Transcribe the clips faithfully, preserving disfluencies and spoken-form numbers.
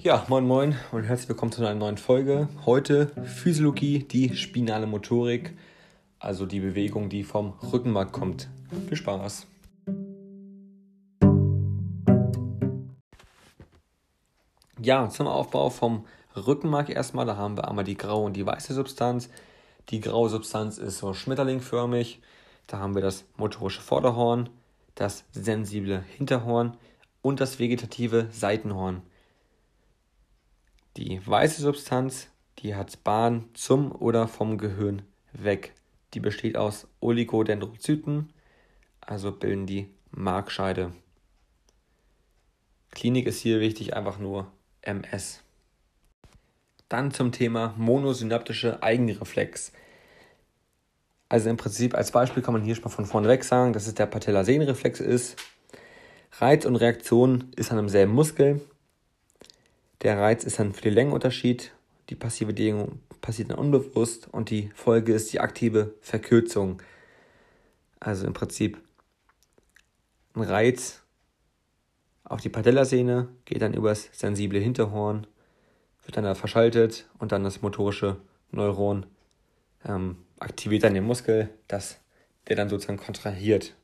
Ja, moin moin und herzlich willkommen zu einer neuen Folge. Heute Physiologie, die spinale Motorik, also die Bewegung, die vom Rückenmark kommt. Viel Spaß! Ja, zum Aufbau vom Rückenmark erstmal, da haben wir einmal die graue und die weiße Substanz. Die graue Substanz ist so schmetterlingförmig. Da haben wir das motorische Vorderhorn, das sensible Hinterhorn und das vegetative Seitenhorn. Die weiße Substanz, die hat Bahn zum oder vom Gehirn weg. Die besteht aus Oligodendrozyten, also bilden die Markscheide. Klinik ist hier wichtig, einfach nur M S. Dann zum Thema monosynaptische Eigenreflex. Also im Prinzip als Beispiel kann man hier schon mal von vorne weg sagen, dass es der Patellasehnenreflex ist. Reiz und Reaktion ist an einem selben Muskel. Der Reiz ist dann für den Längenunterschied, die passive Dehnung passiert dann unbewusst und die Folge ist die aktive Verkürzung. Also im Prinzip ein Reiz auf die Patellasehne geht dann übers sensible Hinterhorn, wird dann da verschaltet und dann das motorische Neuron ähm, aktiviert dann den Muskel, dass der dann sozusagen kontrahiert.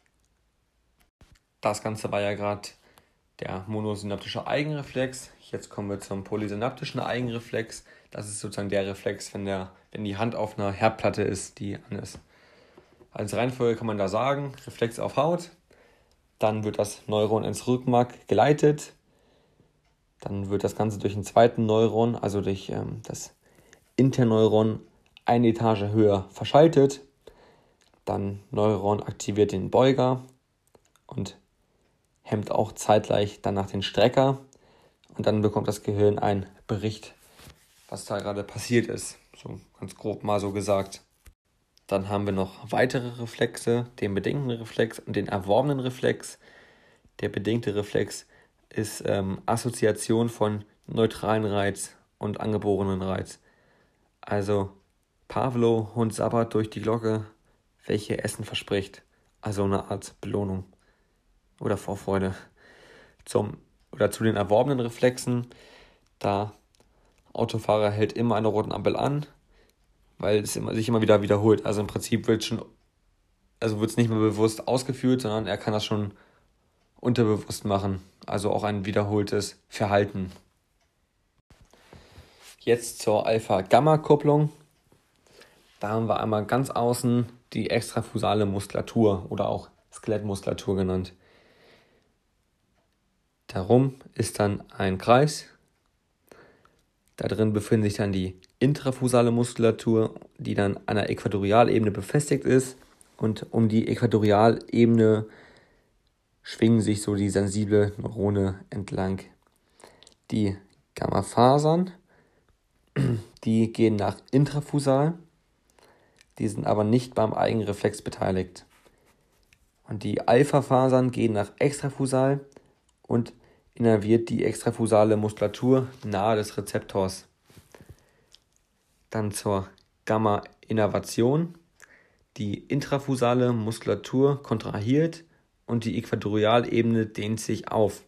Das Ganze war ja gerade der monosynaptische Eigenreflex. Jetzt kommen wir zum polysynaptischen Eigenreflex. Das ist sozusagen der Reflex, wenn, der, wenn die Hand auf einer Herdplatte ist, die an ist. Als Reihenfolge kann man da sagen, Reflex auf Haut, dann wird das Neuron ins Rückenmark geleitet, dann wird das Ganze durch einen zweiten Neuron, also durch ähm, das Interneuron, eine Etage höher verschaltet, dann Neuron aktiviert den Beuger und hemmt auch zeitgleich danach den Strecker und dann bekommt das Gehirn einen Bericht, was da gerade passiert ist, so ganz grob mal so gesagt. Dann haben wir noch weitere Reflexe, den bedingten Reflex und den erworbenen Reflex. Der bedingte Reflex ist ähm, Assoziation von neutralen Reiz und angeborenen Reiz. Also Pavlo, Hund sabbert durch die Glocke, welche Essen verspricht. Also eine Art Belohnung oder Vorfreude. Zum, oder zu den erworbenen Reflexen, da Autofahrer hält immer an der roten Ampel an, weil es immer, sich immer wieder wiederholt. Also im Prinzip wird schon, also wird es nicht mehr bewusst ausgeführt, sondern er kann das schon unterbewusst machen. Also auch ein wiederholtes Verhalten. Jetzt zur Alpha-Gamma-Kupplung. Da haben wir einmal ganz außen die extrafusale Muskulatur oder auch Skelettmuskulatur genannt. Darum ist dann ein Kreis. Da drin befindet sich dann die intrafusale Muskulatur, die dann an der Äquatorialebene befestigt ist. Und um die Äquatorialebene schwingen sich so die sensible Neurone entlang. Die Gammafasern, die gehen nach intrafusal, die sind aber nicht beim Eigenreflex beteiligt. Und die Alpha-Fasern gehen nach extrafusal und innerviert die extrafusale Muskulatur nahe des Rezeptors. Dann zur Gamma-Innervation. Die intrafusale Muskulatur kontrahiert und die Äquatorialebene dehnt sich auf.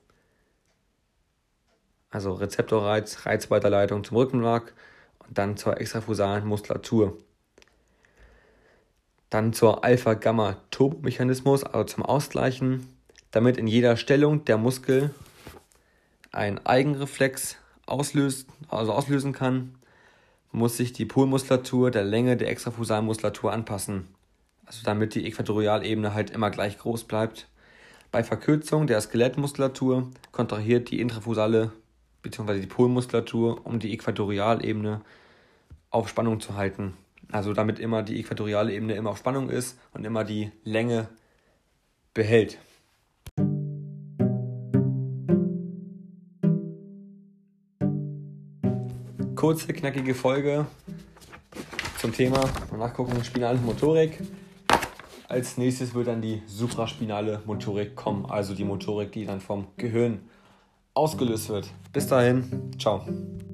Also Rezeptorreiz, Reizweiterleitung zum Rückenmark und dann zur extrafusalen Muskulatur. Dann zur Alpha-Gamma-Turbomechanismus, also zum Ausgleichen, damit in jeder Stellung der Muskel ein Eigenreflex auslöst, also auslösen kann, muss sich die Polmuskulatur der Länge der extrafusalen Muskulatur anpassen. Also damit die Äquatorialebene halt immer gleich groß bleibt. Bei Verkürzung der Skelettmuskulatur kontrahiert die intrafusale bzw. die Polmuskulatur, um die Äquatorialebene auf Spannung zu halten. Also damit immer die Äquatorialebene immer auf Spannung ist und immer die Länge behält. Kurze, knackige Folge zum Thema Nachgucken spinale Motorik. Als nächstes wird dann die supraspinale Motorik kommen, also die Motorik, die dann vom Gehirn ausgelöst wird. Bis dahin, ciao.